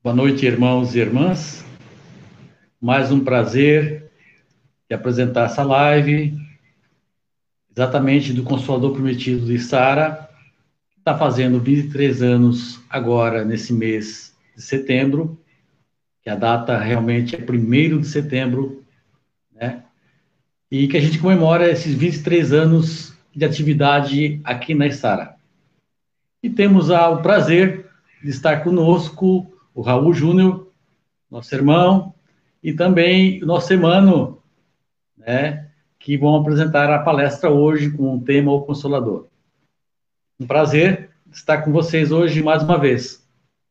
Boa noite, irmãos e irmãs. Mais um prazer de apresentar essa live, exatamente do Consolador Prometido de Sara, que está fazendo 23 anos agora, nesse mês de setembro, que a data realmente é 1º de setembro, né? E que a gente comemora esses 23 anos de atividade aqui na Sara. E temos o prazer de estar conosco o Raul Júnior, nosso irmão, e também o nosso irmão, né, que vão apresentar a palestra hoje com o tema O Consolador. Um prazer estar com vocês hoje mais uma vez.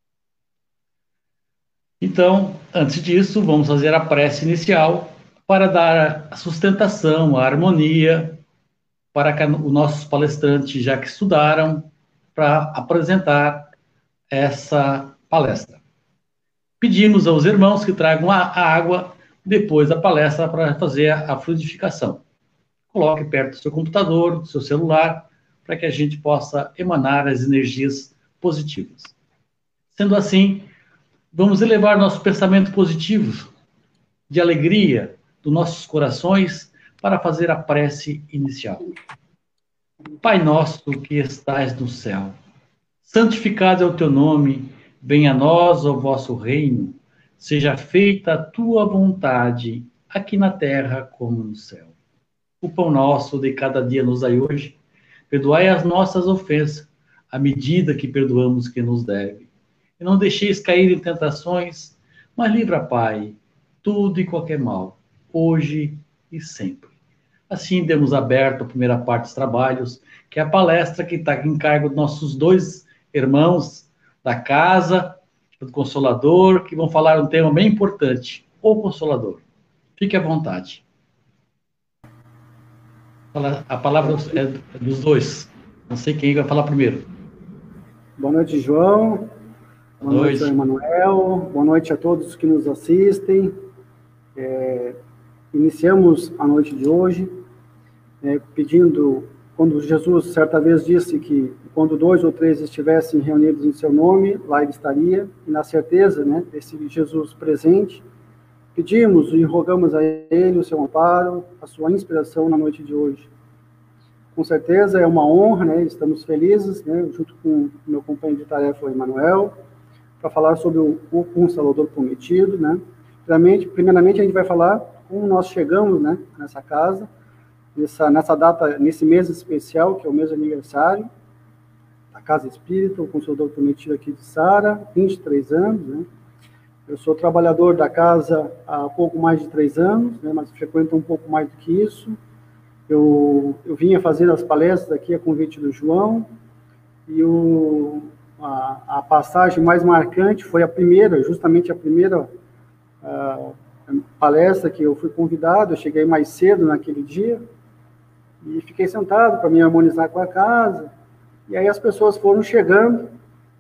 Então, antes disso, vamos fazer a prece inicial para dar a sustentação, a harmonia, para que os nossos palestrantes, já que estudaram, para apresentar essa palestra. Pedimos aos irmãos que tragam a água depois da palestra para fazer a fluidificação. Coloque perto do seu computador, do seu celular, para que a gente possa emanar as energias positivas. Sendo assim, vamos elevar nosso pensamento positivo, de alegria, dos nossos corações, para fazer a prece inicial. Pai nosso que estais no céu, santificado é o teu nome, venha a nós o vosso reino, seja feita a tua vontade, aqui na terra como no céu. O pão nosso de cada dia nos dai hoje, perdoai as nossas ofensas, à medida que perdoamos quem nos deve. E não deixeis cair em tentações, mas livra, Pai, tudo e qualquer mal, hoje e sempre. Assim, demos aberto a primeira parte dos trabalhos, que é a palestra que está em cargo dos nossos dois irmãos da casa, do Consolador, que vão falar um tema bem importante, o Consolador. Fique à vontade. A palavra é dos dois. Não sei quem vai falar primeiro. Boa noite, João. Boa noite, Emanuel. Boa noite a todos que nos assistem. Iniciamos a noite de hoje pedindo, quando Jesus certa vez disse que quando 2 ou 3 estivessem reunidos em seu nome, lá ele estaria, e na certeza, desse Jesus presente, pedimos e rogamos a ele o seu amparo, a sua inspiração na noite de hoje. Com certeza é uma honra, estamos felizes, junto com o meu companheiro de tarefa, o Emanuel, para falar sobre o Consolador Prometido, Primeiramente, a gente vai falar como nós chegamos, nessa casa, nessa data, nesse mês especial, que é o mês de aniversário da Casa Espírita, o Consolador Prometido aqui de Sara, 23 anos, Eu sou trabalhador da casa há pouco mais de 3 anos, mas frequento um pouco mais do que isso. Eu vinha fazer as palestras aqui a convite do João, e a passagem mais marcante foi justamente a primeira palestra que eu fui convidado. Eu cheguei mais cedo naquele dia, e fiquei sentado para me harmonizar com a casa, e aí as pessoas foram chegando,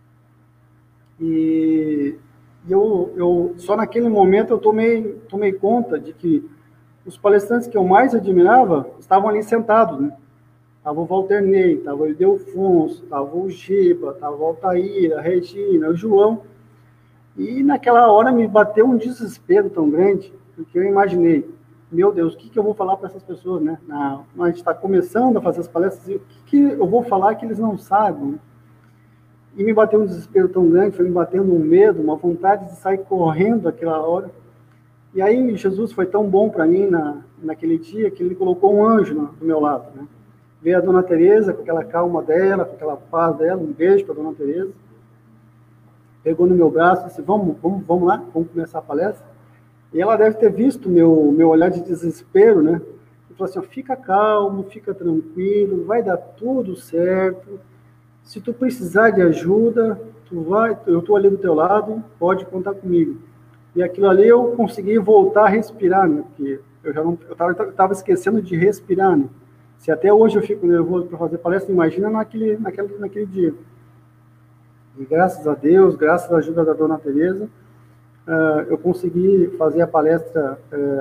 e eu só naquele momento eu tomei conta de que os palestrantes que eu mais admirava estavam ali sentados, Estava o Walter Ney, estava o Ildefonso, estava o Giba, estava o Altair, a Regina, o João. E naquela hora me bateu um desespero tão grande, porque eu imaginei, meu Deus, o que eu vou falar para essas pessoas, A gente está começando a fazer as palestras, e o que eu vou falar que eles não sabem, E me bateu um desespero tão grande, foi me batendo um medo, uma vontade de sair correndo aquela hora. E aí Jesus foi tão bom para mim naquele dia, que ele colocou um anjo do meu lado, Veio a Dona Teresa, com aquela calma dela, com aquela paz dela, um beijo para a Dona Teresa. Pegou no meu braço e disse, vamos lá, vamos começar a palestra. E ela deve ter visto meu olhar de desespero, E falou assim, fica calmo, fica tranquilo, vai dar tudo certo. Se tu precisar de ajuda, eu estou ali do teu lado, pode contar comigo. E aquilo ali eu consegui voltar a respirar, Porque eu estava esquecendo de respirar, Se até hoje eu fico nervoso para fazer palestra, imagina naquele dia. E graças a Deus, graças à ajuda da Dona Teresa, eu consegui fazer a palestra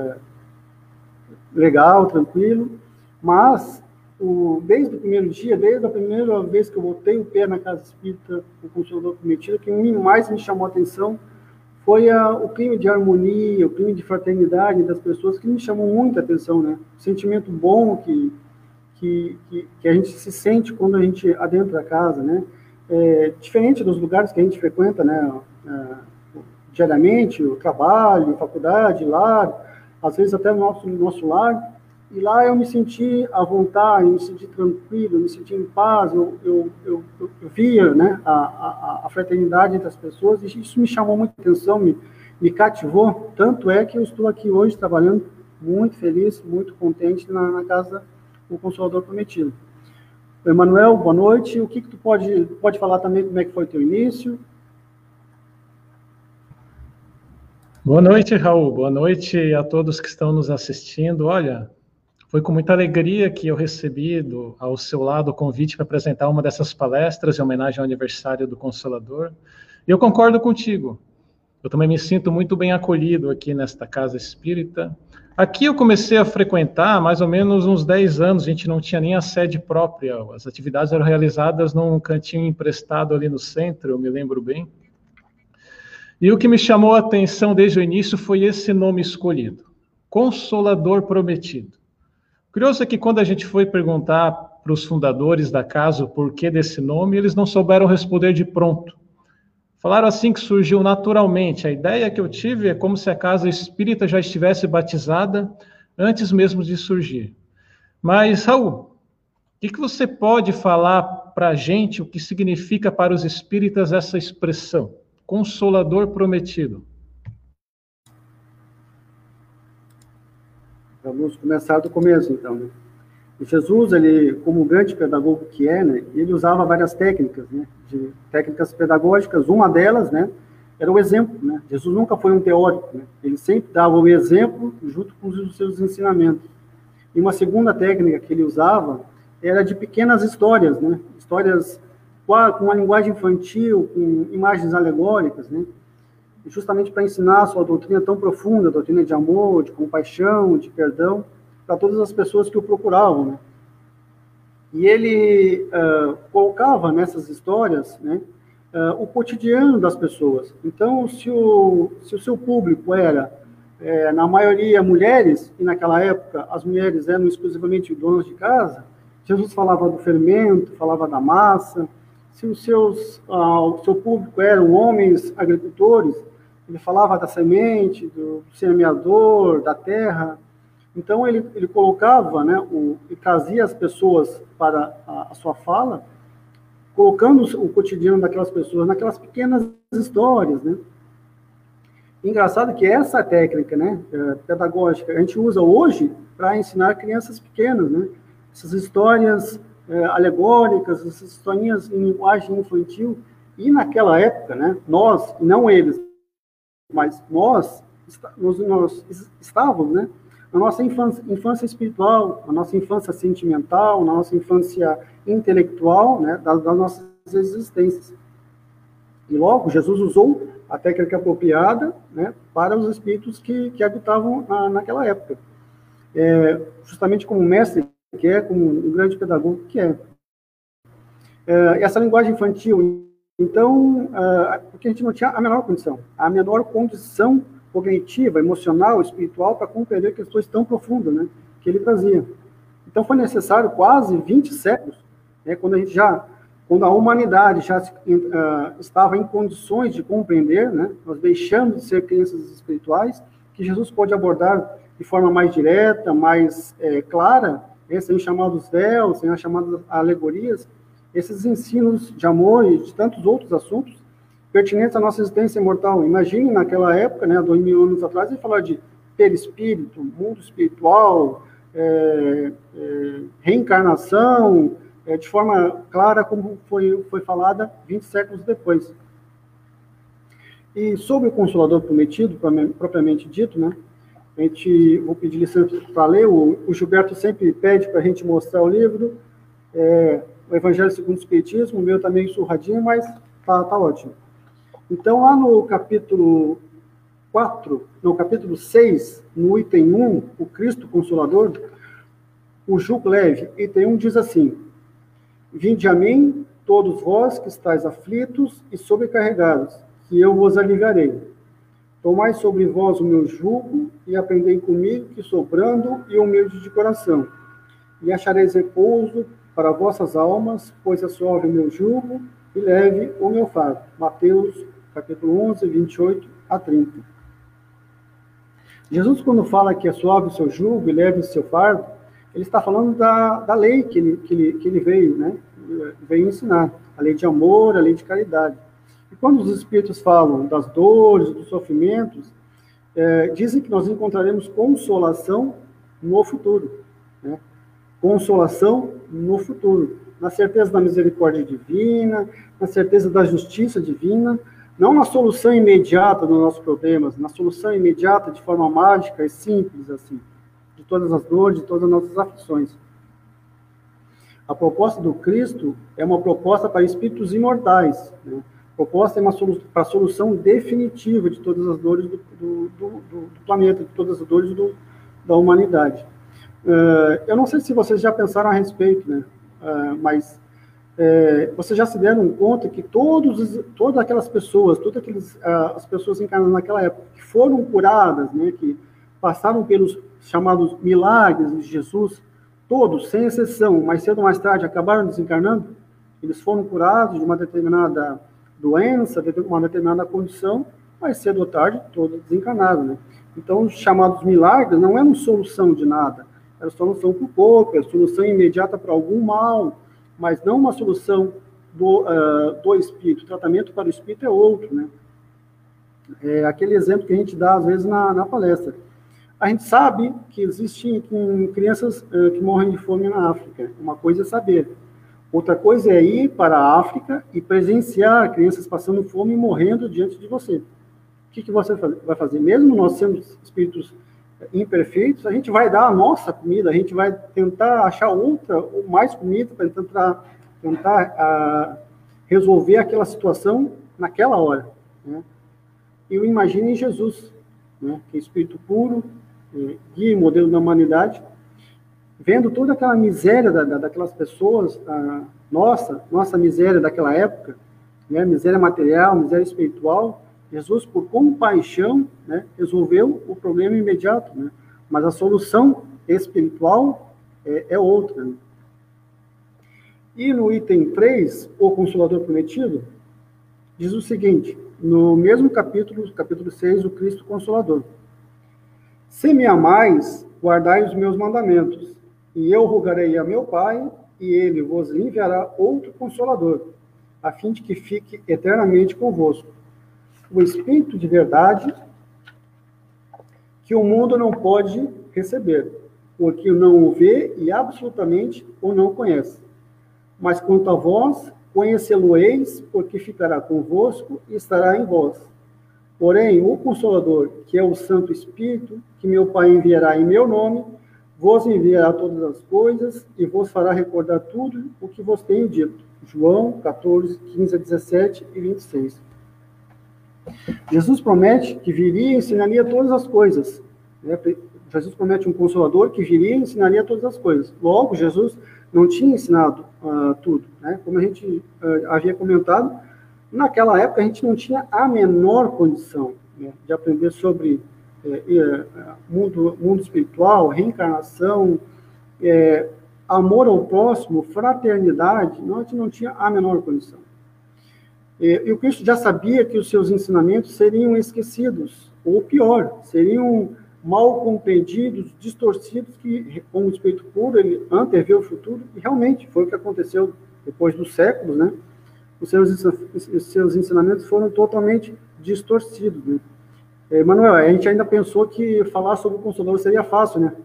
legal, tranquilo, mas desde o primeiro dia, desde a primeira vez que eu botei o pé na Casa Espírita, o Consolador Prometido, que mais me chamou a atenção foi o clima de harmonia, o clima de fraternidade das pessoas que me chamou muita atenção, né? O sentimento bom que a gente se sente quando a gente adentra a casa, né? Diferente dos lugares que a gente frequenta, né? Diariamente, o trabalho, faculdade, lar, às vezes até no nosso lar, e lá eu me senti à vontade, eu me senti tranquilo, eu me senti em paz, eu via, né, a fraternidade entre as pessoas, e isso me chamou muita atenção, me cativou, tanto é que eu estou aqui hoje trabalhando muito feliz, muito contente na casa do Consolador Prometido. Emanuel, boa noite. O que tu pode falar também como é que foi o teu início? Boa noite, Raul. Boa noite a todos que estão nos assistindo. Olha, foi com muita alegria que eu recebi ao seu lado o convite para apresentar uma dessas palestras em homenagem ao aniversário do Consolador. E eu concordo contigo. Eu também me sinto muito bem acolhido aqui nesta casa espírita. Aqui eu comecei a frequentar há mais ou menos uns 10 anos, a gente não tinha nem a sede própria, as atividades eram realizadas num cantinho emprestado ali no centro, eu me lembro bem. E o que me chamou a atenção desde o início foi esse nome escolhido, Consolador Prometido. Curioso é que quando a gente foi perguntar para os fundadores da casa o porquê desse nome, eles não souberam responder de pronto. Falaram assim que surgiu naturalmente. A ideia que eu tive é como se a casa espírita já estivesse batizada antes mesmo de surgir. Mas, Raul, o que você pode falar para a gente o que significa para os espíritas essa expressão? Consolador Prometido. Vamos começar do começo, então, né? E Jesus, ele, como grande pedagogo que é, né, ele usava várias técnicas, né, técnicas pedagógicas. Uma delas, né, era o exemplo, né? Jesus nunca foi um teórico, né? Ele sempre dava o exemplo junto com os seus ensinamentos. E uma segunda técnica que ele usava era de pequenas histórias, né? Histórias com uma linguagem infantil, com imagens alegóricas, né? Justamente para ensinar a sua doutrina tão profunda, a doutrina de amor, de compaixão, de perdão, para todas as pessoas que o procuravam, né? E ele colocava nessas histórias, né, o cotidiano das pessoas. Então, se o seu público era, na maioria, mulheres, e naquela época as mulheres eram exclusivamente donas de casa, Jesus falava do fermento, falava da massa. Se o seu público eram homens agricultores, ele falava da semente, do semeador, da terra. Então, ele colocava, né, e trazia as pessoas para a sua fala, colocando o cotidiano daquelas pessoas naquelas pequenas histórias, né? Engraçado que essa técnica, né, pedagógica, a gente usa hoje para ensinar crianças pequenas, né? Essas histórias alegóricas, essas historinhas em linguagem infantil. E naquela época, né, nós, não eles, mas nós estávamos, né, na nossa infância espiritual, na nossa infância sentimental, na nossa infância intelectual, né, das nossas existências. E logo, Jesus usou a técnica apropriada, né, para os espíritos que habitavam naquela época. Justamente como mestre que é, como um grande pedagogo que é. Essa linguagem infantil, então, porque a gente não tinha a menor condição cognitiva, emocional, espiritual, para compreender questões tão profundas, né, que ele trazia. Então, foi necessário quase 20 séculos, né, quando a humanidade já estava em condições de compreender, né, nós deixamos de ser crianças espirituais, que Jesus pôde abordar de forma mais direta, mais clara, sem chamados véus, sem as chamadas alegorias, esses ensinos de amor e de tantos outros assuntos pertinentes à nossa existência mortal. Imagine naquela época, né, 2000 anos atrás, ele falar de perispírito, mundo espiritual, reencarnação, de forma clara, como foi falada 20 séculos depois. E sobre o Consolador Prometido, propriamente dito, né, vou pedir licença para ler, o Gilberto sempre pede para a gente mostrar o livro, o Evangelho segundo o Espiritismo, o meu também surradinho, mas tá ótimo. Então, lá no capítulo 6, no item 1, o Cristo Consolador, o Jugo Leve, item 1 diz assim: Vinde a mim, todos vós que estáis aflitos e sobrecarregados, que eu vos aliviarei. Tomai sobre vós o meu jugo e aprendei comigo, que sou brando e humilde de coração. E achareis repouso para vossas almas, pois é suave o meu jugo e leve o meu fardo. Mateus, capítulo 11, 28 a 30. Jesus, quando fala que é suave o seu jugo e leve o seu fardo, ele está falando da lei que ele veio, né? Veio ensinar. A lei de amor, a lei de caridade. E quando os Espíritos falam das dores, dos sofrimentos, dizem que nós encontraremos consolação no futuro, né? Consolação no futuro, na certeza da misericórdia divina, na certeza da justiça divina, não na solução imediata dos nossos problemas, na solução imediata de forma mágica e simples, assim, de todas as dores, de todas as nossas aflições. A proposta do Cristo é uma proposta para espíritos imortais, né? A proposta é para a solução definitiva de todas as dores do planeta, de todas as dores da humanidade. Eu não sei se vocês já pensaram a respeito, né? Mas vocês já se deram conta que todas aquelas pessoas, as pessoas encarnadas naquela época, que foram curadas, né? Que passaram pelos chamados milagres de Jesus, todos, sem exceção, mais cedo ou mais tarde, acabaram desencarnando. Eles foram curados de uma determinada doença, de uma determinada condição, mais cedo ou tarde, todos desencarnaram, né? Então, os chamados milagres não eram solução de nada, era solução para o corpo, era solução imediata para algum mal, mas não uma solução do espírito. O tratamento para o espírito é outro, né? É aquele exemplo que a gente dá, às vezes, na palestra. A gente sabe que existem crianças que morrem de fome na África. Uma coisa é saber. Outra coisa é ir para a África e presenciar crianças passando fome e morrendo diante de você. O que você vai fazer? Mesmo nós sendo espíritos imperfeitos, a gente vai dar a nossa comida, a gente vai tentar achar outra ou mais comida para tentar resolver aquela situação naquela hora, né? E imagine Jesus, né, que é espírito puro, guia e modelo da humanidade, vendo toda aquela miséria daquelas pessoas, nossa miséria daquela época, né, miséria material, miséria espiritual. Jesus, por compaixão, né, resolveu o problema imediato, né, mas a solução espiritual é outra, né? E no item 3, o Consolador Prometido, diz o seguinte, no mesmo capítulo 6, o Cristo Consolador: se me amais, guardai os meus mandamentos, e eu rogarei a meu Pai, e ele vos enviará outro Consolador, a fim de que fique eternamente convosco, o Espírito de verdade, que o mundo não pode receber, porque não o vê e absolutamente o não conhece. Mas quanto a vós, conhecê-lo-eis, porque ficará convosco e estará em vós. Porém, o Consolador, que é o Santo Espírito, que meu Pai enviará em meu nome, vos enviará todas as coisas e vos fará recordar tudo o que vos tenho dito. João 14, 15 a 17 e 26. Jesus promete que viria e ensinaria todas as coisas, né? Jesus promete um Consolador que viria e ensinaria todas as coisas. Logo, Jesus não tinha ensinado tudo, né? Como a gente havia comentado, naquela época a gente não tinha a menor condição, né, de aprender sobre mundo espiritual, reencarnação, amor ao próximo, fraternidade. A gente não tinha a menor condição. E o Cristo já sabia que os seus ensinamentos seriam esquecidos, ou pior, seriam mal compreendidos, distorcidos, que, como o Espírito puro, ele antevê o futuro, e realmente foi o que aconteceu depois dos séculos, né? Os seus ensinamentos foram totalmente distorcidos, né? Manuel, a gente ainda pensou que falar sobre o Consolador seria fácil, né?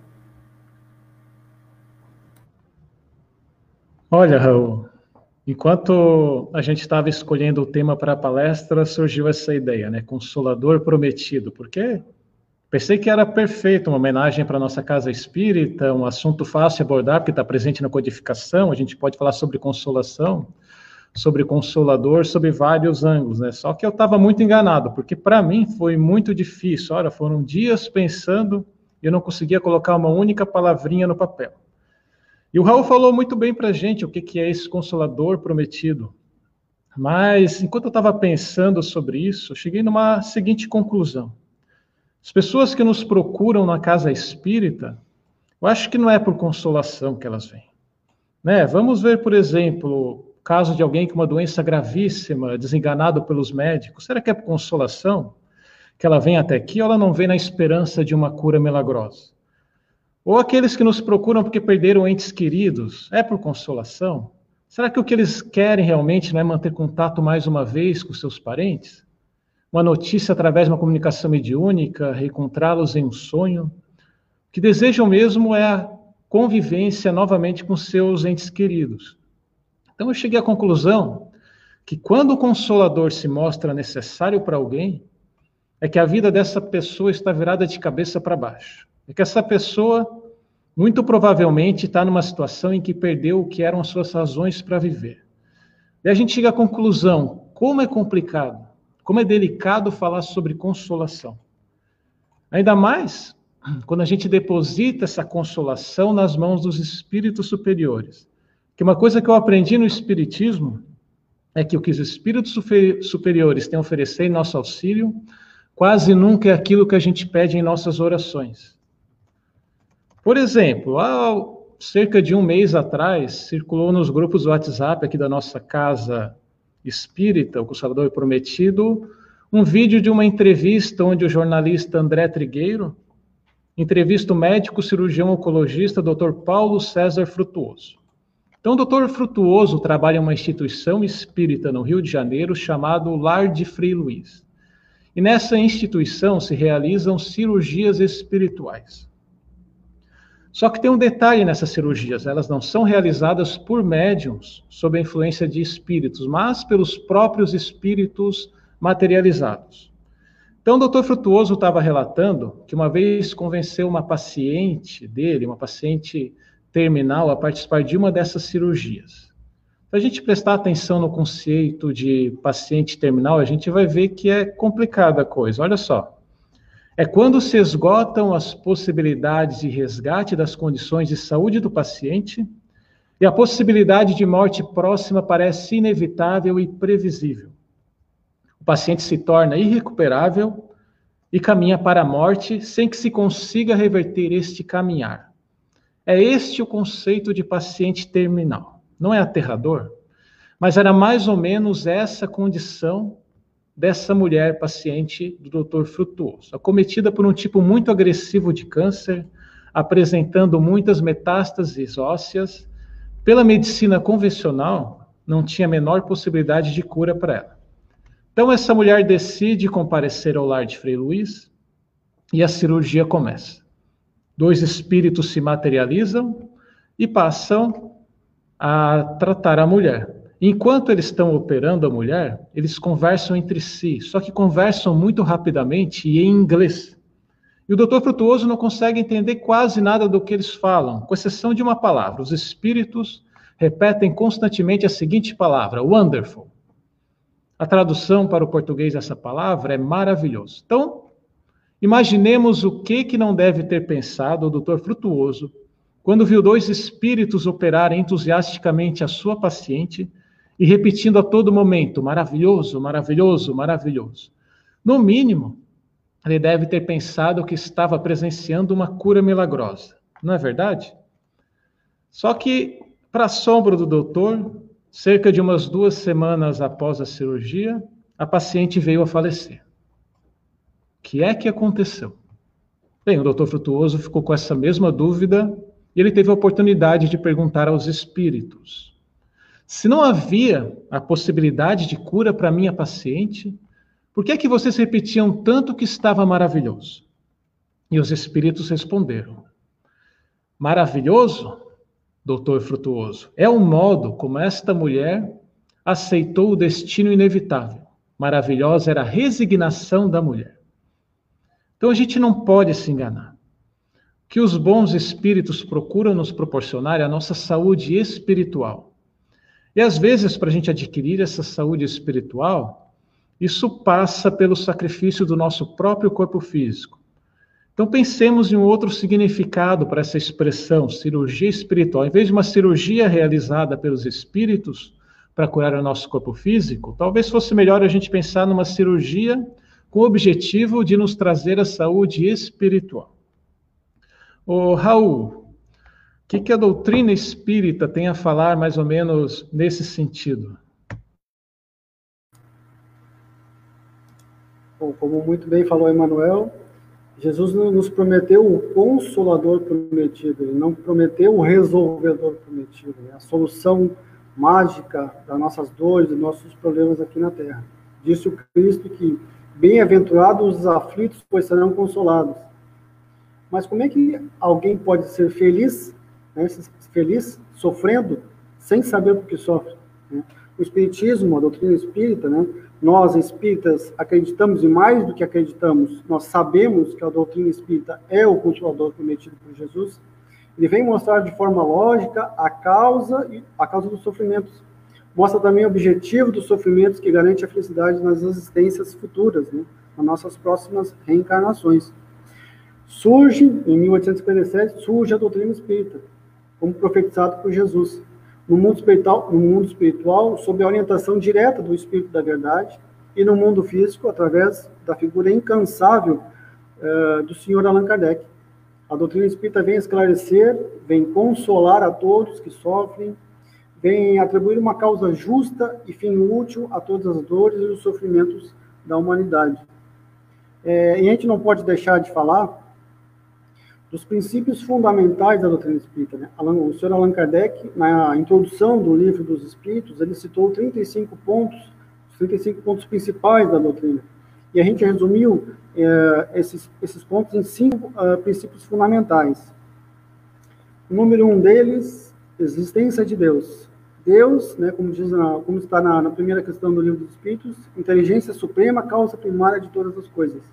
Olha, Raul, enquanto a gente estava escolhendo o tema para a palestra, surgiu essa ideia, né? Consolador Prometido, porque pensei que era perfeito, uma homenagem para a nossa casa espírita, um assunto fácil de abordar, porque está presente na codificação, a gente pode falar sobre consolação, sobre Consolador, sobre vários ângulos, né? Só que eu estava muito enganado, porque para mim foi muito difícil. Olha, foram dias pensando e eu não conseguia colocar uma única palavrinha no papel. E o Raul falou muito bem para a gente o que é esse Consolador Prometido. Mas, enquanto eu estava pensando sobre isso, eu cheguei numa seguinte conclusão. As pessoas que nos procuram na casa espírita, eu acho que não é por consolação que elas vêm. Né? Vamos ver, por exemplo, o caso de alguém com uma doença gravíssima, desenganado pelos médicos. Será que é por consolação que ela vem até aqui ou ela não vem na esperança de uma cura milagrosa? Ou aqueles que nos procuram porque perderam entes queridos, é por consolação? Será que o que eles querem realmente não é manter contato mais uma vez com seus parentes? Uma notícia através de uma comunicação mediúnica, reencontrá-los em um sonho? O que desejam mesmo é a convivência novamente com seus entes queridos. Então eu cheguei à conclusão que quando o Consolador se mostra necessário para alguém, é que a vida dessa pessoa está virada de cabeça para baixo. É que essa pessoa, muito provavelmente, está numa situação em que perdeu o que eram as suas razões para viver. E a gente chega à conclusão, como é complicado, como é delicado falar sobre consolação. Ainda mais quando a gente deposita essa consolação nas mãos dos espíritos superiores. Que uma coisa que eu aprendi no Espiritismo é que o que os espíritos superiores têm a oferecer em nosso auxílio quase nunca é aquilo que a gente pede em nossas orações. Por exemplo, há cerca de um mês atrás, circulou nos grupos do WhatsApp aqui da nossa casa espírita, o Consolador Prometido, um vídeo de uma entrevista onde o jornalista André Trigueiro entrevista o médico cirurgião oncologista Dr. Paulo César Frutuoso. Então, o Dr. Frutuoso trabalha em uma instituição espírita no Rio de Janeiro chamado Lar de Frei Luiz. E nessa instituição se realizam cirurgias espirituais. Só que tem um detalhe nessas cirurgias, elas não são realizadas por médiuns sob a influência de espíritos, mas pelos próprios espíritos materializados. Então, o Dr. Frutuoso estava relatando que uma vez convenceu uma paciente dele, uma paciente terminal, a participar de uma dessas cirurgias. Se a gente prestar atenção no conceito de paciente terminal, a gente vai ver que é complicada a coisa. Olha só. É quando se esgotam as possibilidades de resgate das condições de saúde do paciente e a possibilidade de morte próxima parece inevitável e previsível. O paciente se torna irrecuperável e caminha para a morte sem que se consiga reverter este caminhar. É este o conceito de paciente terminal. Não é aterrador? Mas era mais ou menos essa condição dessa mulher paciente do Dr. Frutuoso, acometida por um tipo muito agressivo de câncer, apresentando muitas metástases ósseas. Pela medicina convencional, não tinha a menor possibilidade de cura para ela. Então, essa mulher decide comparecer ao Lar de Frei Luiz e a cirurgia começa. 2 espíritos se materializam e passam a tratar a mulher. Enquanto eles estão operando a mulher, eles conversam entre si, só que conversam muito rapidamente e em inglês. E o Dr. Frutuoso não consegue entender quase nada do que eles falam, com exceção de uma palavra. Os espíritos repetem constantemente a seguinte palavra, wonderful. A tradução para o português dessa palavra é maravilhoso. Então, imaginemos o que não deve ter pensado o Dr. Frutuoso quando viu 2 espíritos operarem entusiasticamente a sua paciente e repetindo a todo momento, maravilhoso, maravilhoso, maravilhoso. No mínimo, ele deve ter pensado que estava presenciando uma cura milagrosa. Não é verdade? Só que, para assombro do doutor, cerca de umas 2 semanas após a cirurgia, a paciente veio a falecer. O que é que aconteceu? Bem, o Dr. Frutuoso ficou com essa mesma dúvida e ele teve a oportunidade de perguntar aos espíritos: se não havia a possibilidade de cura para minha paciente, por que é que vocês repetiam tanto que estava maravilhoso? E os espíritos responderam: maravilhoso, Doutor Frutuoso, é o modo como esta mulher aceitou o destino inevitável. Maravilhosa era a resignação da mulher. Então a gente não pode se enganar. O que os bons espíritos procuram nos proporcionar é a nossa saúde espiritual. E às vezes, para a gente adquirir essa saúde espiritual, isso passa pelo sacrifício do nosso próprio corpo físico. Então pensemos em um outro significado para essa expressão, cirurgia espiritual. Em vez de uma cirurgia realizada pelos espíritos para curar o nosso corpo físico, talvez fosse melhor a gente pensar numa cirurgia com o objetivo de nos trazer a saúde espiritual. Ô, Raul, o que a doutrina espírita tem a falar mais ou menos nesse sentido? Bom, como muito bem falou Emmanuel, Jesus nos prometeu o Consolador prometido, ele não prometeu o Resolvedor prometido, a solução mágica das nossas dores, dos nossos problemas aqui na Terra. Disse o Cristo que bem-aventurados os aflitos, pois serão consolados. Mas como é que alguém pode ser feliz, né, feliz sofrendo, sem saber por que sofre? Né? O Espiritismo, a doutrina espírita, né, nós espíritas acreditamos, e mais do que acreditamos, nós sabemos que a doutrina espírita é o Consolador prometido por Jesus. Ele vem mostrar de forma lógica a causa dos sofrimentos. Mostra também o objetivo dos sofrimentos que garante a felicidade nas existências futuras, né, nas nossas próximas reencarnações. Surge, em 1857, surge a doutrina espírita, como profetizado por Jesus. No mundo espiritual, sob a orientação direta do Espírito da Verdade, e no mundo físico, através da figura incansável do Sr. Allan Kardec. A doutrina espírita vem esclarecer, vem consolar a todos que sofrem, vem atribuir uma causa justa e fim útil a todas as dores e os sofrimentos da humanidade. E a gente não pode deixar de falar dos princípios fundamentais da doutrina espírita. Né? O Sr. Allan Kardec, na introdução do Livro dos Espíritos, ele citou 35 pontos, os 35 pontos principais da doutrina. E a gente resumiu esses pontos em 5 princípios fundamentais. O número 1 deles, existência de Deus. Deus, né, como está na primeira questão do Livro dos Espíritos, inteligência suprema, causa primária de todas as coisas.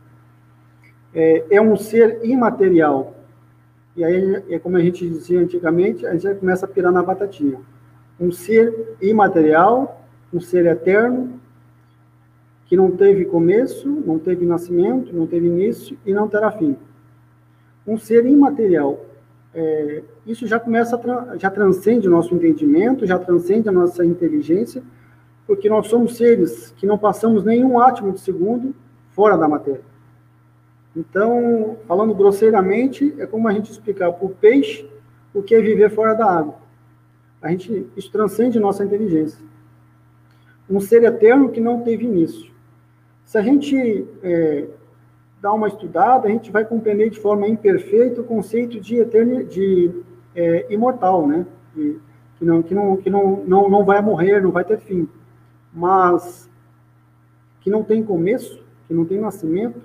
É um ser imaterial. E aí, como a gente dizia antigamente, a gente já começa a pirar na batatinha. Um ser imaterial, um ser eterno, que não teve começo, não teve nascimento, não teve início e não terá fim. Um ser imaterial. Isso já já transcende o nosso entendimento, já transcende a nossa inteligência, porque nós somos seres que não passamos nenhum átimo de segundo fora da matéria. Então, falando grosseiramente, é como a gente explicar para o peixe o que é viver fora da água. Isso transcende nossa inteligência. Um ser eterno que não teve início. Se a gente dar uma estudada, a gente vai compreender de forma imperfeita o conceito de imortal, né? Que não vai morrer, não vai ter fim. Mas que não tem começo, que não tem nascimento,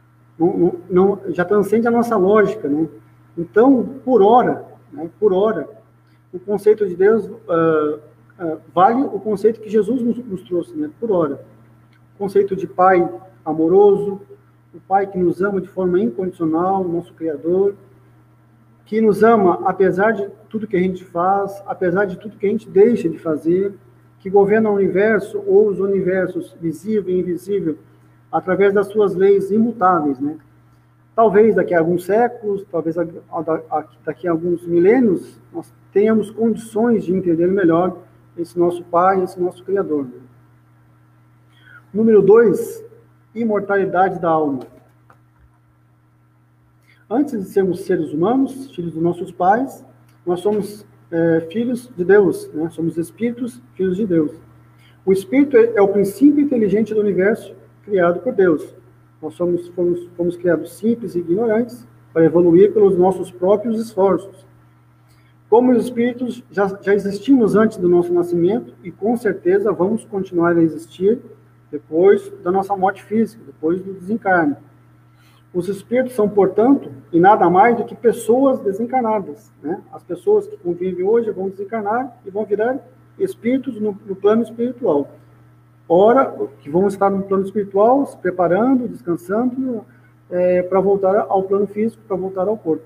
já transcende a nossa lógica, né? Então, por hora, o conceito de Deus vale o conceito que Jesus nos trouxe, né? Por hora. O conceito de Pai amoroso, o Pai que nos ama de forma incondicional, nosso Criador, que nos ama apesar de tudo que a gente faz, apesar de tudo que a gente deixa de fazer, que governa o universo ou os universos visível e invisível, através das suas leis imutáveis, né? Talvez daqui a alguns séculos, talvez daqui a alguns milênios, nós tenhamos condições de entender melhor esse nosso Pai, esse nosso Criador. Né? Número 2, imortalidade da alma. Antes de sermos seres humanos, filhos dos nossos pais, nós somos filhos de Deus, né? Somos espíritos, filhos de Deus. O espírito é o princípio inteligente do universo, criado por Deus. Nós fomos criados simples e ignorantes para evoluir pelos nossos próprios esforços. Como os espíritos já existimos antes do nosso nascimento e com certeza vamos continuar a existir depois da nossa morte física, depois do desencarne. Os espíritos são, portanto, e nada mais do que pessoas desencarnadas, né? As pessoas que convivem hoje vão desencarnar e vão virar espíritos no plano espiritual. Ora, que vão estar no plano espiritual, se preparando, descansando, para voltar ao plano físico, para voltar ao corpo.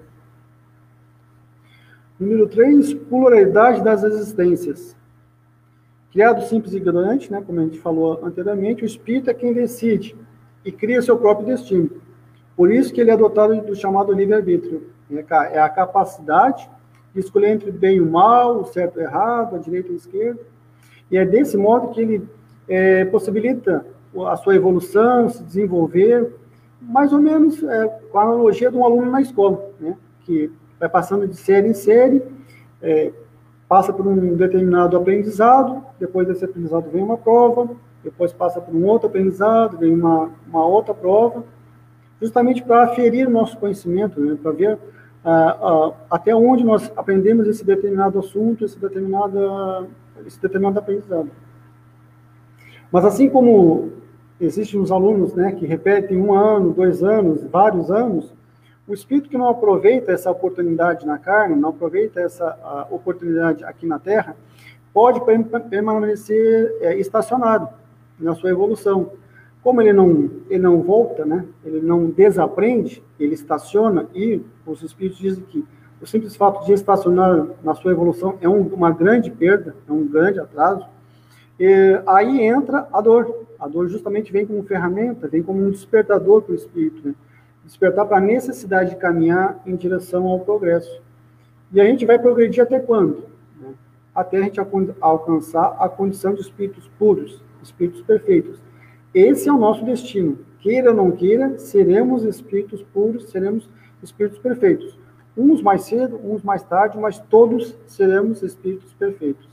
Número 3, pluralidade das existências. Criado simples e ignorante, né, como a gente falou anteriormente, o espírito é quem decide e cria seu próprio destino. Por isso que ele é dotado do chamado livre-arbítrio. É a capacidade de escolher entre o bem e o mal, o certo e o errado, a direita e a esquerda. E é desse modo que ele possibilita a sua evolução, se desenvolver, mais ou menos com a analogia de um aluno na escola, né? Que vai passando de série em série, passa por um determinado aprendizado, depois desse aprendizado vem uma prova, depois passa por um outro aprendizado, vem uma outra prova, justamente para aferir o nosso conhecimento, né? Para ver até onde nós aprendemos esse determinado assunto, esse determinado aprendizado. Mas assim como existem os alunos, né, que repetem 1 ano, 2 anos, vários anos, o espírito que não aproveita essa oportunidade na carne, não aproveita essa oportunidade aqui na Terra, pode permanecer estacionado na sua evolução. Como ele não volta, né, ele não desaprende, ele estaciona, e os espíritos dizem que o simples fato de estacionar na sua evolução é uma grande perda, é um grande atraso. Aí entra a dor. A dor justamente vem como ferramenta, vem como um despertador para o espírito, né? Despertar para a necessidade de caminhar em direção ao progresso. E a gente vai progredir até quando? Né? Até a gente alcançar a condição de espíritos puros, espíritos perfeitos. Esse é o nosso destino. Queira ou não queira, seremos espíritos puros, seremos espíritos perfeitos. Uns mais cedo, uns mais tarde, mas todos seremos espíritos perfeitos.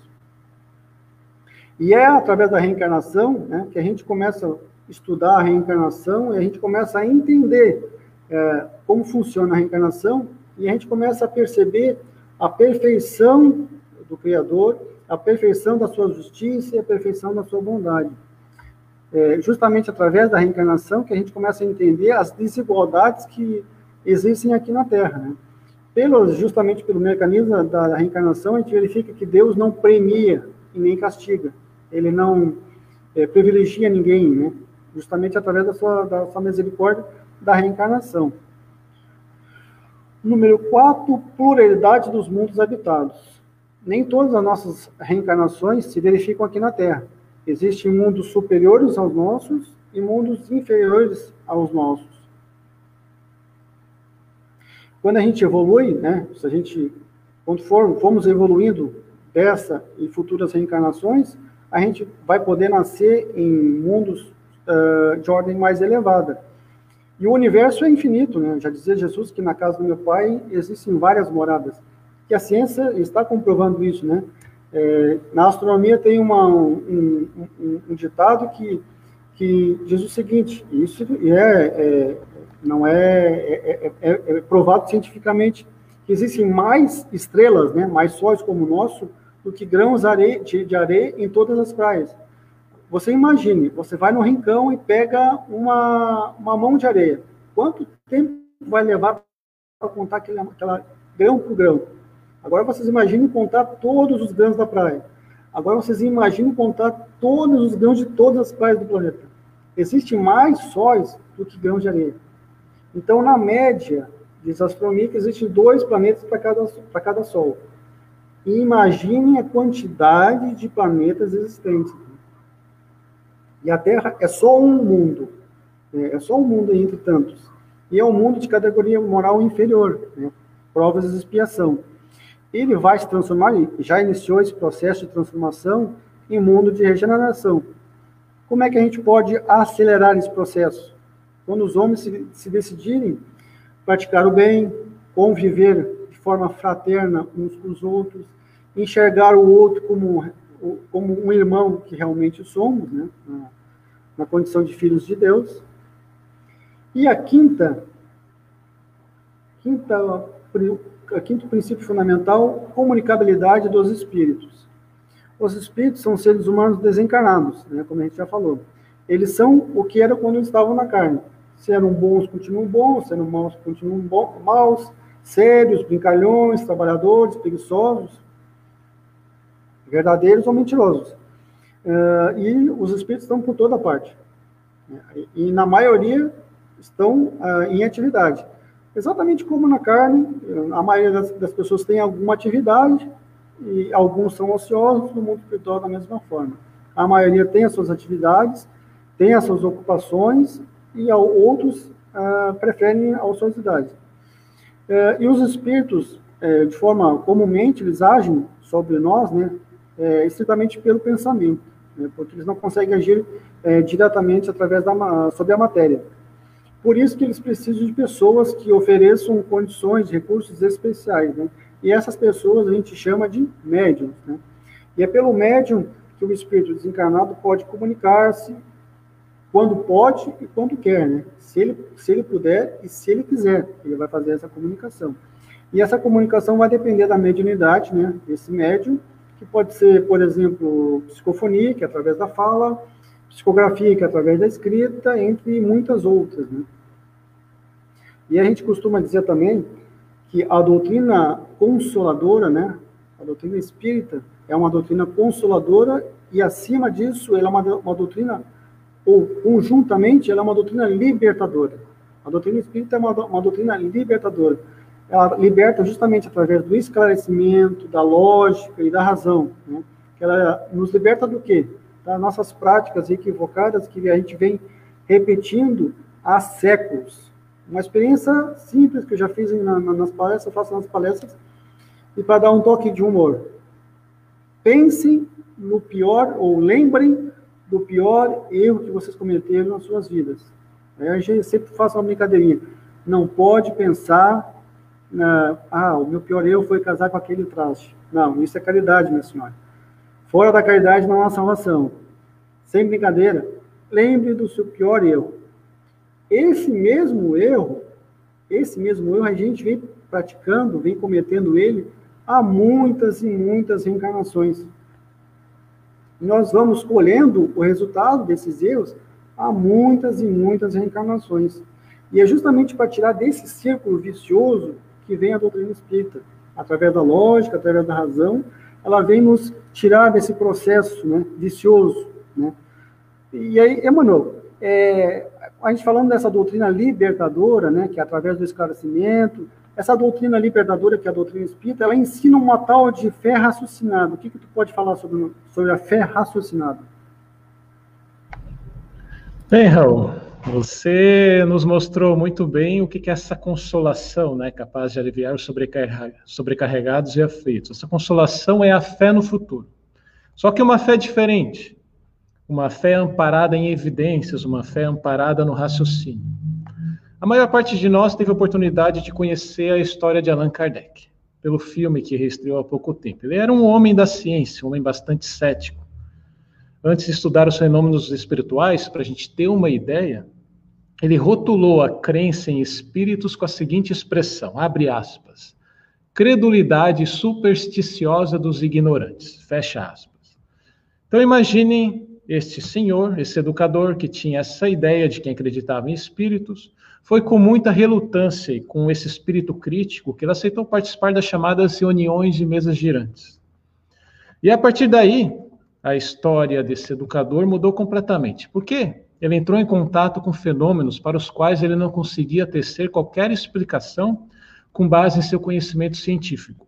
E é através da reencarnação, né, que a gente começa a estudar a reencarnação e a gente começa a entender como funciona a reencarnação e a gente começa a perceber a perfeição do Criador, a perfeição da sua justiça e a perfeição da sua bondade. Justamente através da reencarnação que a gente começa a entender as desigualdades que existem aqui na Terra, né? Justamente pelo mecanismo da reencarnação, a gente verifica que Deus não premia e nem castiga. Ele não privilegia ninguém, né? Justamente através da sua misericórdia da reencarnação. Número 4, pluralidade dos mundos habitados. Nem todas as nossas reencarnações se verificam aqui na Terra. Existem mundos superiores aos nossos e mundos inferiores aos nossos. Quando a gente evolui, né, quando formos evoluindo dessa e futuras reencarnações, a gente vai poder nascer em mundos de ordem mais elevada. E o universo é infinito, né? Já dizia Jesus que na casa do meu Pai existem várias moradas. E a ciência está comprovando isso, né? Na astronomia tem um ditado que diz o seguinte, isso não é provado cientificamente, que existem mais estrelas, né, mais sóis como o nosso, do que grãos de areia em todas as praias. Você imagine, você vai no rincão e pega uma mão de areia. Quanto tempo vai levar para contar aquela grão por grão? Agora vocês imaginem contar todos os grãos da praia. Agora vocês imaginem contar todos os grãos de todas as praias do planeta. Existem mais sóis do que grãos de areia. Então, na média, diz a astronomia que existem 2 planetas para cada Sol. E imaginem a quantidade de planetas existentes. E a Terra é só um mundo. É só um mundo entre tantos. E é um mundo de categoria moral inferior, né? Provas de expiação. Ele vai se transformar, já iniciou esse processo de transformação em mundo de regeneração. Como é que a gente pode acelerar esse processo? Quando os homens se decidirem praticar o bem, conviver de forma fraterna uns com os outros, enxergar o outro como um irmão que realmente somos, né? Na condição de filhos de Deus. E o quinto princípio fundamental, comunicabilidade dos espíritos. Os espíritos são seres humanos desencarnados, né, como a gente já falou. Eles são o que eram quando estavam na carne. Se eram bons, continuam bons, se eram maus, continuam maus, sérios, brincalhões, trabalhadores, preguiçosos, verdadeiros ou mentirosos. E os espíritos estão por toda parte. E na maioria estão em atividade. Exatamente como na carne, a maioria das pessoas tem alguma atividade, e alguns são ociosos, no mundo espiritual da mesma forma. A maioria tem as suas atividades, tem as suas ocupações, e outros preferem a ociosidade. E os espíritos, de forma comumente, eles agem sobre nós, né, estritamente pelo pensamento. né, porque eles não conseguem agir diretamente através sobre a matéria. Por isso que eles precisam de pessoas que ofereçam condições, recursos especiais, né? E essas pessoas a gente chama de médiums, né? E é pelo médium que o espírito desencarnado pode comunicar-se quando pode e quando quer, né? Se ele puder e se ele quiser, ele vai fazer essa comunicação. E essa comunicação vai depender da mediunidade, né, desse médium, que pode ser, por exemplo, psicofonia, que é através da fala, psicografia, que é através da escrita, entre muitas outras, né? E a gente costuma dizer também que a doutrina consoladora, né, a doutrina espírita, é uma doutrina consoladora e, acima disso, ela é uma doutrina, ou conjuntamente, ela é uma doutrina libertadora. A doutrina espírita é uma doutrina libertadora. Ela liberta justamente através do esclarecimento, da lógica e da razão, né? Ela nos liberta do quê? Das nossas práticas equivocadas que a gente vem repetindo há séculos. Uma experiência simples que eu já fiz nas palestras, eu faço nas palestras, e para dar um toque de humor. Pensem no pior, ou lembrem do pior erro que vocês cometeram nas suas vidas. Aí a gente sempre faz uma brincadeirinha. Não pode pensar, o meu pior erro foi casar com aquele traste. Não, isso é caridade, minha senhora. Fora da caridade não há salvação. Sem brincadeira, lembre do seu pior erro. Esse mesmo erro a gente vem praticando, vem cometendo ele há muitas e muitas reencarnações. Nós vamos colhendo o resultado desses erros há muitas e muitas reencarnações. E é justamente para tirar desse círculo vicioso que vem a doutrina espírita. Através da lógica, através da razão, ela vem nos tirar desse processo, né, vicioso, né? E aí, Emmanuel, a gente falando dessa doutrina libertadora, né, que é através do esclarecimento, essa doutrina libertadora, que é a doutrina espírita, ela ensina uma tal de fé raciocinada. O que tu pode falar sobre a fé raciocinada? Bem, Raul, você nos mostrou muito bem o que é essa consolação, né, capaz de aliviar os sobrecarregados e aflitos. Essa consolação é a fé no futuro. Só que uma fé diferente, uma fé amparada em evidências, uma fé amparada no raciocínio. A maior parte de nós teve a oportunidade de conhecer a história de Allan Kardec, pelo filme que reestreou há pouco tempo. Ele era um homem da ciência, um homem bastante cético. Antes de estudar os fenômenos espirituais, para a gente ter uma ideia, ele rotulou a crença em espíritos com a seguinte expressão, abre aspas, credulidade supersticiosa dos ignorantes, fecha aspas. Então imaginem este senhor, esse educador que tinha essa ideia de quem acreditava em espíritos, foi com muita relutância e com esse espírito crítico que ele aceitou participar das chamadas reuniões de mesas girantes. E a partir daí, a história desse educador mudou completamente. Por quê? Ele entrou em contato com fenômenos para os quais ele não conseguia tecer qualquer explicação com base em seu conhecimento científico.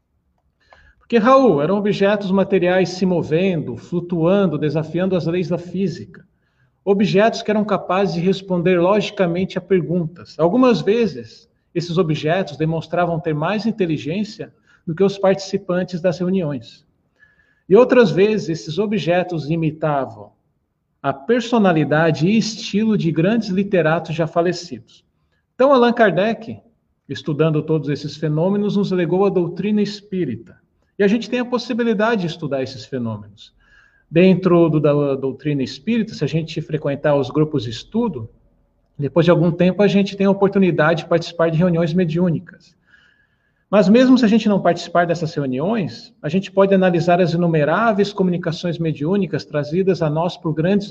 Porque, Raul, eram objetos materiais se movendo, flutuando, desafiando as leis da física. Objetos que eram capazes de responder logicamente a perguntas. Algumas vezes, esses objetos demonstravam ter mais inteligência do que os participantes das reuniões. E outras vezes, esses objetos imitavam a personalidade e estilo de grandes literatos já falecidos. Então, Allan Kardec, estudando todos esses fenômenos, nos legou a doutrina espírita. E a gente tem a possibilidade de estudar esses fenômenos. Dentro da doutrina espírita, se a gente frequentar os grupos de estudo, depois de algum tempo a gente tem a oportunidade de participar de reuniões mediúnicas. Mas mesmo se a gente não participar dessas reuniões, a gente pode analisar as inumeráveis comunicações mediúnicas trazidas a nós por grandes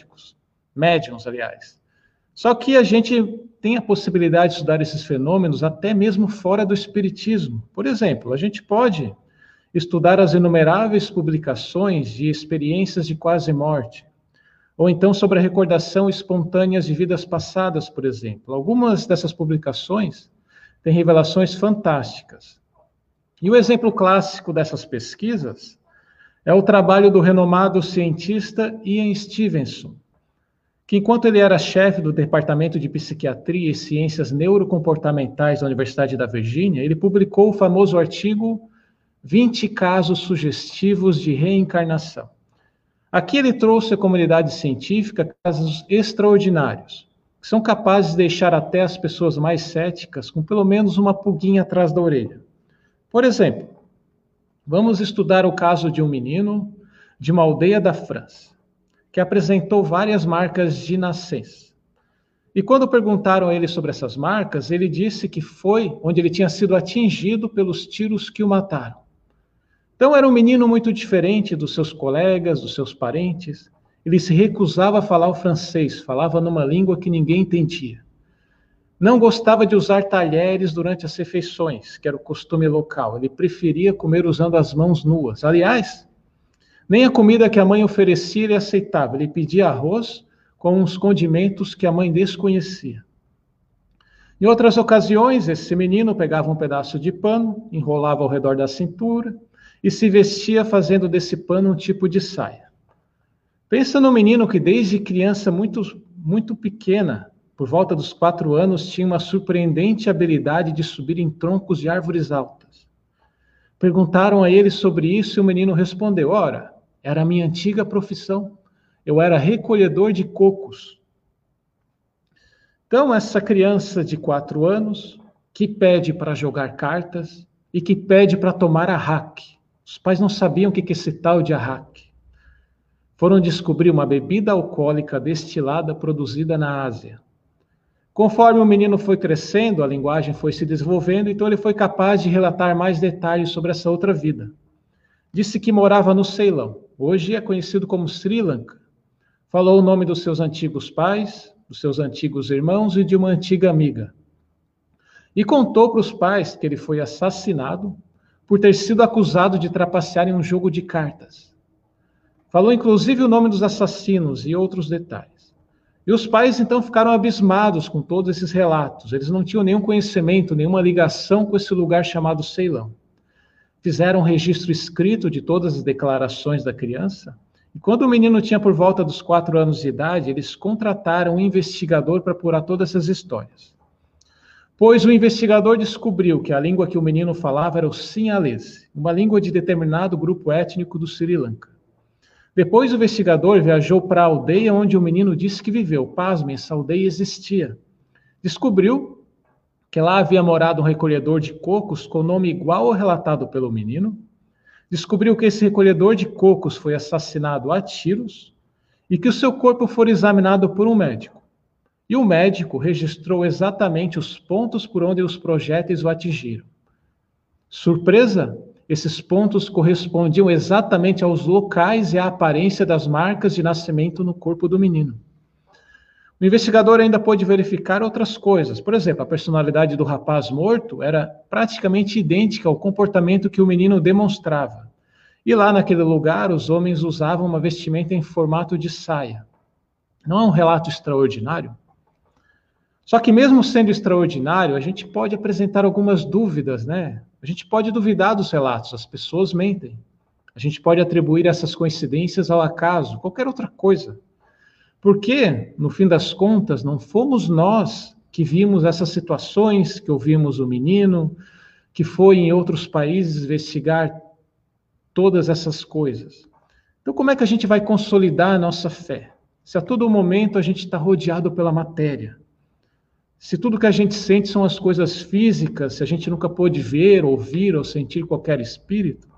médiuns, aliás. Só que a gente tem a possibilidade de estudar esses fenômenos até mesmo fora do espiritismo. Por exemplo, a gente pode estudar as inumeráveis publicações de experiências de quase morte, ou então sobre a recordação espontânea de vidas passadas, por exemplo. Algumas dessas publicações têm revelações fantásticas. E o exemplo clássico dessas pesquisas é o trabalho do renomado cientista Ian Stevenson, que enquanto ele era chefe do Departamento de Psiquiatria e Ciências Neurocomportamentais da Universidade da Virgínia, ele publicou o famoso artigo 20 casos sugestivos de reencarnação. Aqui ele trouxe à comunidade científica casos extraordinários, que são capazes de deixar até as pessoas mais céticas com pelo menos uma pulguinha atrás da orelha. Por exemplo, vamos estudar o caso de um menino de uma aldeia da França, que apresentou várias marcas de nascença. E quando perguntaram a ele sobre essas marcas, ele disse que foi onde ele tinha sido atingido pelos tiros que o mataram. Então era um menino muito diferente dos seus colegas, dos seus parentes. Ele se recusava a falar o francês, falava numa língua que ninguém entendia. Não gostava de usar talheres durante as refeições, que era o costume local. Ele preferia comer usando as mãos nuas. Aliás, nem a comida que a mãe oferecia ele aceitava. Ele pedia arroz com uns condimentos que a mãe desconhecia. Em outras ocasiões, esse menino pegava um pedaço de pano, enrolava ao redor da cintura e se vestia fazendo desse pano um tipo de saia. Pensa no menino que desde criança muito pequena, por volta dos 4 anos, tinha uma surpreendente habilidade de subir em troncos de árvores altas. Perguntaram a ele sobre isso e o menino respondeu: ora, era a minha antiga profissão. Eu era recolhedor de cocos. Então, essa criança de 4 anos, que pede para jogar cartas e que pede para tomar arraque. Os pais não sabiam o que é esse tal de arraque. Foram descobrir uma bebida alcoólica destilada produzida na Ásia. Conforme o menino foi crescendo, a linguagem foi se desenvolvendo, então ele foi capaz de relatar mais detalhes sobre essa outra vida. Disse que morava no Ceilão, hoje é conhecido como Sri Lanka. Falou o nome dos seus antigos pais, dos seus antigos irmãos e de uma antiga amiga. E contou para os pais que ele foi assassinado por ter sido acusado de trapacear em um jogo de cartas. Falou inclusive o nome dos assassinos e outros detalhes. E os pais então ficaram abismados com todos esses relatos. Eles não tinham nenhum conhecimento, nenhuma ligação com esse lugar chamado Ceilão. Fizeram um registro escrito de todas as declarações da criança. E quando o menino tinha por volta dos 4 anos de idade, eles contrataram um investigador para apurar todas essas histórias. Pois o investigador descobriu que a língua que o menino falava era o sinhalese, uma língua de determinado grupo étnico do Sri Lanka. Depois o investigador viajou para a aldeia onde o menino disse que viveu. Pasme, essa aldeia existia. Descobriu que lá havia morado um recolhedor de cocos com nome igual ao relatado pelo menino. Descobriu que esse recolhedor de cocos foi assassinado a tiros e que o seu corpo foi examinado por um médico. E o médico registrou exatamente os pontos por onde os projéteis o atingiram. Surpresa? Esses pontos correspondiam exatamente aos locais e à aparência das marcas de nascimento no corpo do menino. O investigador ainda pôde verificar outras coisas. Por exemplo, a personalidade do rapaz morto era praticamente idêntica ao comportamento que o menino demonstrava. E lá naquele lugar, os homens usavam uma vestimenta em formato de saia. Não é um relato extraordinário? Só que mesmo sendo extraordinário, a gente pode apresentar algumas dúvidas, né? A gente pode duvidar dos relatos, as pessoas mentem. A gente pode atribuir essas coincidências ao acaso, qualquer outra coisa. Porque, no fim das contas, não fomos nós que vimos essas situações, que ouvimos o menino, que foi em outros países investigar todas essas coisas. Então, como é que a gente vai consolidar a nossa fé? Se a todo momento a gente está rodeado pela matéria. Se tudo que a gente sente são as coisas físicas, se a gente nunca pôde ver, ouvir ou sentir qualquer espírito,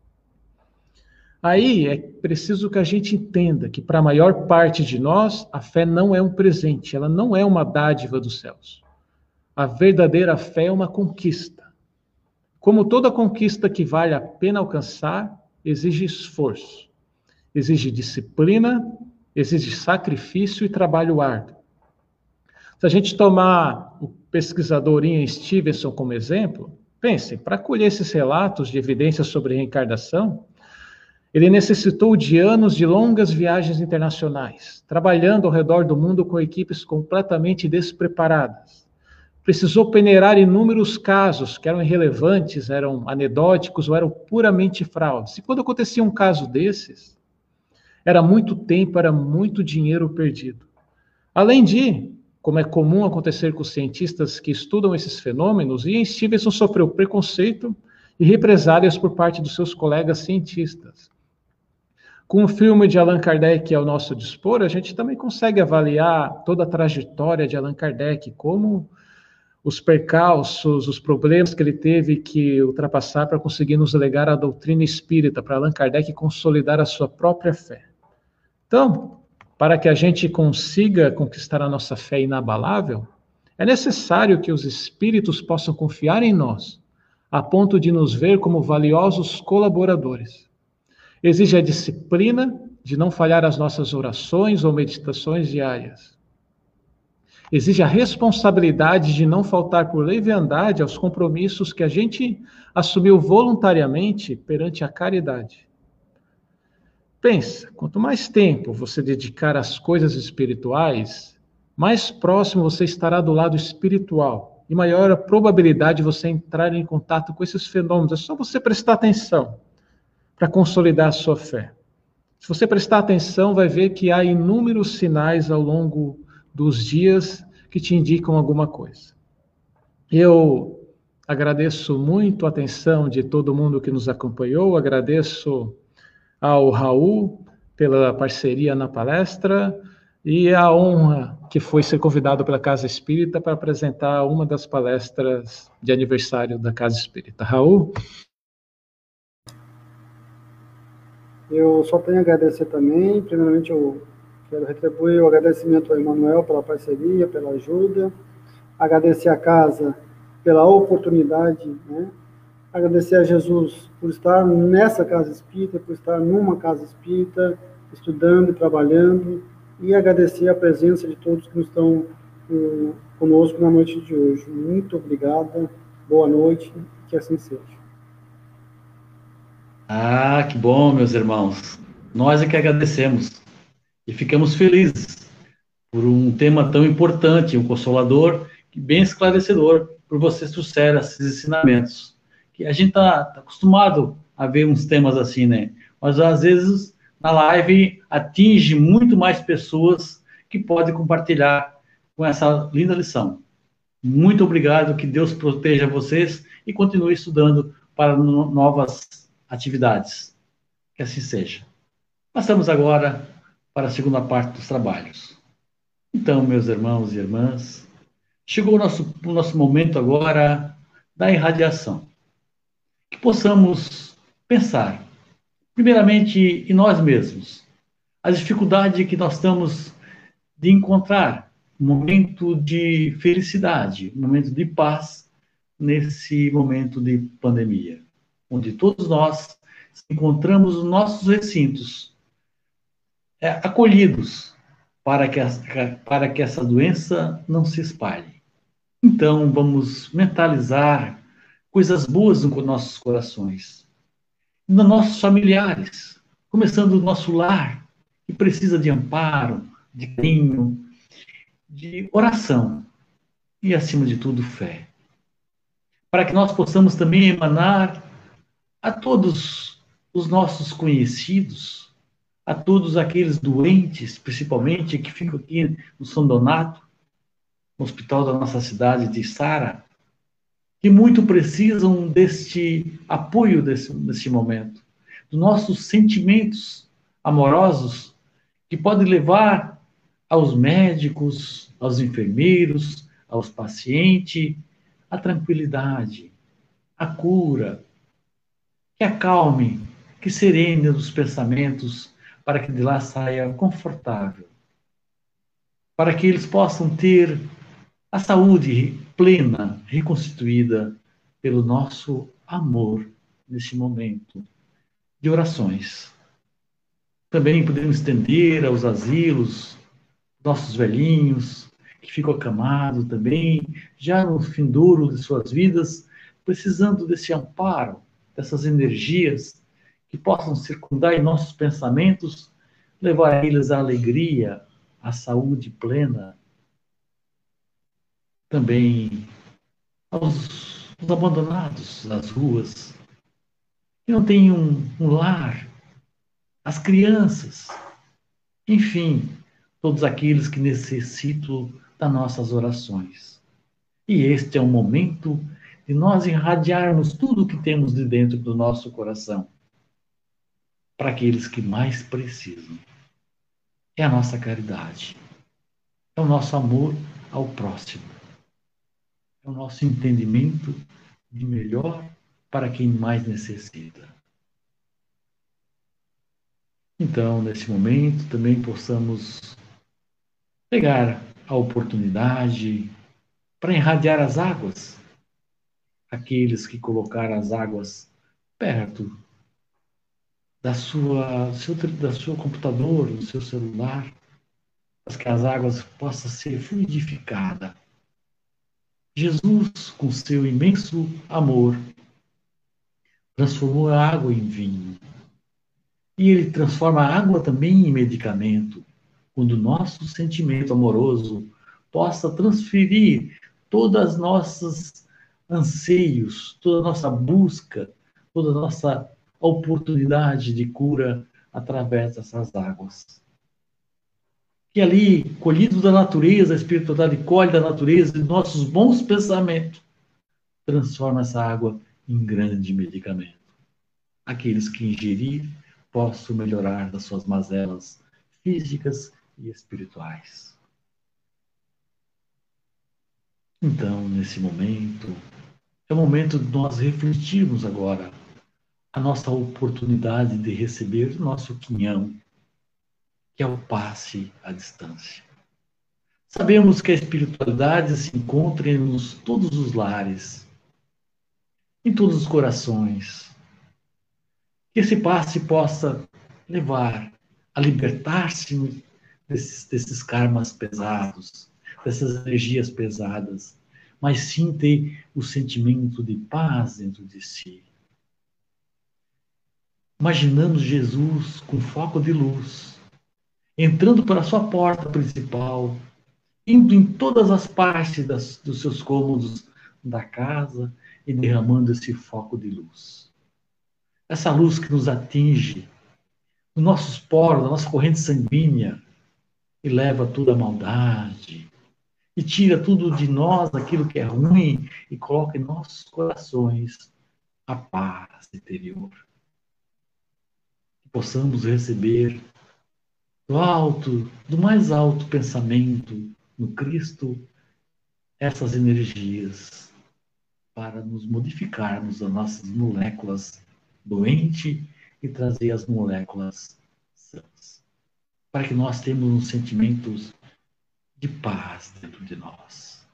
aí é preciso que a gente entenda que para a maior parte de nós, a fé não é um presente, ela não é uma dádiva dos céus. A verdadeira fé é uma conquista. Como toda conquista que vale a pena alcançar, exige esforço, exige disciplina, exige sacrifício e trabalho árduo. Se a gente tomar o pesquisador Ian Stevenson como exemplo, pensem, para colher esses relatos de evidências sobre reencarnação, ele necessitou de anos de longas viagens internacionais, trabalhando ao redor do mundo com equipes completamente despreparadas. Precisou peneirar inúmeros casos que eram irrelevantes, eram anedóticos ou eram puramente fraudes. E quando acontecia um caso desses, era muito tempo, era muito dinheiro perdido. Além de, como é comum acontecer com os cientistas que estudam esses fenômenos, Ian Stevenson sofreu preconceito e represálias por parte dos seus colegas cientistas. Com o filme de Allan Kardec ao nosso dispor, a gente também consegue avaliar toda a trajetória de Allan Kardec, como os percalços, os problemas que ele teve que ultrapassar para conseguir nos legar a doutrina espírita, para Allan Kardec consolidar a sua própria fé. Então, para que a gente consiga conquistar a nossa fé inabalável, é necessário que os espíritos possam confiar em nós, a ponto de nos ver como valiosos colaboradores. Exige a disciplina de não falhar as nossas orações ou meditações diárias. Exige a responsabilidade de não faltar por leviandade aos compromissos que a gente assumiu voluntariamente perante a caridade. Pensa, quanto mais tempo você dedicar às coisas espirituais, mais próximo você estará do lado espiritual e maior a probabilidade de você entrar em contato com esses fenômenos. É só você prestar atenção para consolidar a sua fé. Se você prestar atenção, vai ver que há inúmeros sinais ao longo dos dias que te indicam alguma coisa. Eu agradeço muito a atenção de todo mundo que nos acompanhou, agradeço ao Raul pela parceria na palestra e a honra que foi ser convidado pela Casa Espírita para apresentar uma das palestras de aniversário da Casa Espírita. Raul? Eu só tenho a agradecer também. Primeiramente, eu quero retribuir o agradecimento ao Emanuel pela parceria, pela ajuda. Agradecer a casa pela oportunidade, né? Agradecer a Jesus por estar nessa casa espírita, por estar numa casa espírita, estudando e trabalhando. E agradecer a presença de todos que estão conosco na noite de hoje. Muito obrigada, boa noite, que assim seja. Ah, que bom, meus irmãos. Nós é que agradecemos e ficamos felizes por um tema tão importante, um consolador e bem esclarecedor, por vocês trouxeram esses ensinamentos. Que a gente tá acostumado a ver uns temas assim, né? Mas às vezes na live atinge muito mais pessoas que podem compartilhar com essa linda lição. Muito obrigado, que Deus proteja vocês e continue estudando para novas atividades. Que assim seja. Passamos agora para a segunda parte dos trabalhos. Então, meus irmãos e irmãs, chegou o nosso momento agora da irradiação. Que possamos pensar, primeiramente, em nós mesmos. A dificuldade que nós estamos de encontrar um momento de felicidade, um momento de paz nesse momento de pandemia, onde todos nós encontramos os nossos recintos acolhidos para que essa doença não se espalhe. Então, vamos mentalizar coisas boas nos nossos corações, nos nossos familiares, começando do nosso lar, que precisa de amparo, de carinho, de oração e, acima de tudo, fé. Para que nós possamos também emanar a todos os nossos conhecidos, a todos aqueles doentes, principalmente, que ficam aqui no São Donato, no hospital da nossa cidade de Sara, que muito precisam deste apoio neste momento, dos nossos sentimentos amorosos, que podem levar aos médicos, aos enfermeiros, aos pacientes, a tranquilidade, a cura, que acalme, que serene os pensamentos, para que de lá saia confortável, para que eles possam ter a saúde plena, reconstituída pelo nosso amor neste momento de orações. Também podemos estender aos asilos, nossos velhinhos, que ficam acamados também, já no findouro de suas vidas, precisando desse amparo, dessas energias que possam circundar em nossos pensamentos, levar a eles a alegria, a saúde plena. Também aos abandonados nas ruas, que não têm um lar, as crianças, enfim, todos aqueles que necessitam das nossas orações. E este é o momento de nós irradiarmos tudo o que temos de dentro do nosso coração. para aqueles que mais precisam. É a nossa caridade, é o nosso amor ao próximo, é o nosso entendimento de melhor para quem mais necessita. Então, nesse momento, também possamos pegar a oportunidade para irradiar as águas, aqueles que colocaram as águas perto da sua computador, do seu celular, para que as águas possam ser fluidificadas. Jesus, com seu imenso amor, transformou a água em vinho. E ele transforma a água também em medicamento, quando o nosso sentimento amoroso possa transferir todas as nossas anseios, toda a nossa busca, toda a nossa oportunidade de cura através dessas águas. Que ali, colhido da natureza, a espiritualidade colhe da natureza e nossos bons pensamentos, transforma essa água em grande medicamento. Aqueles que ingerir possam melhorar das suas mazelas físicas e espirituais. Então, nesse momento, é o momento de nós refletirmos agora a nossa oportunidade de receber o nosso quinhão, que é o passe à distância. Sabemos que a espiritualidade se encontra em todos os lares, em todos os corações. Que esse passe possa levar a libertar-se desses karmas pesados, dessas energias pesadas, mas sim ter o sentimento de paz dentro de si. Imaginando Jesus com foco de luz, entrando pela sua porta principal, indo em todas as partes dos seus cômodos da casa e derramando esse foco de luz. Essa luz que nos atinge nos nossos poros, na nossa corrente sanguínea, e leva toda a maldade, e tira tudo de nós, aquilo que é ruim, e coloca em nossos corações a paz interior. Que possamos receber do alto, do mais alto pensamento no Cristo, essas energias para nos modificarmos as nossas moléculas doentes e trazer as moléculas sãs. Para que nós tenhamos uns sentimentos de paz dentro de nós.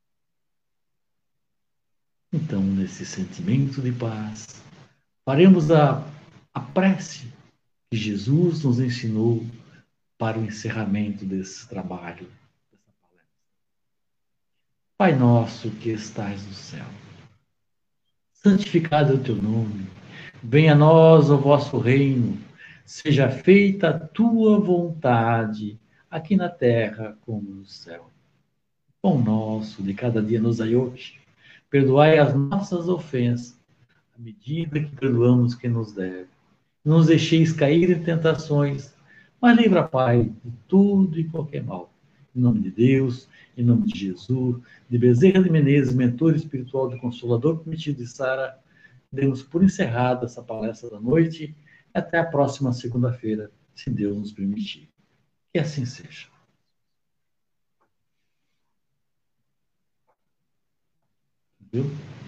Então, nesse sentimento de paz, faremos a prece que Jesus nos ensinou para o encerramento desse trabalho, dessa palestra. Pai nosso que estais no céu, santificado é o teu nome, venha a nós o vosso reino, seja feita a tua vontade, aqui na terra como no céu. Pão nosso de cada dia nos dai hoje, perdoai as nossas ofensas, à medida que perdoamos quem nos deve. Não nos deixeis cair em tentações, mas livra, Pai, de tudo e qualquer mal. Em nome de Deus, em nome de Jesus, de Bezerra de Menezes, mentor espiritual do Consolador Prometido de Sara, demos por encerrada essa palestra da noite. Até a próxima segunda-feira, se Deus nos permitir. Que assim seja. Viu?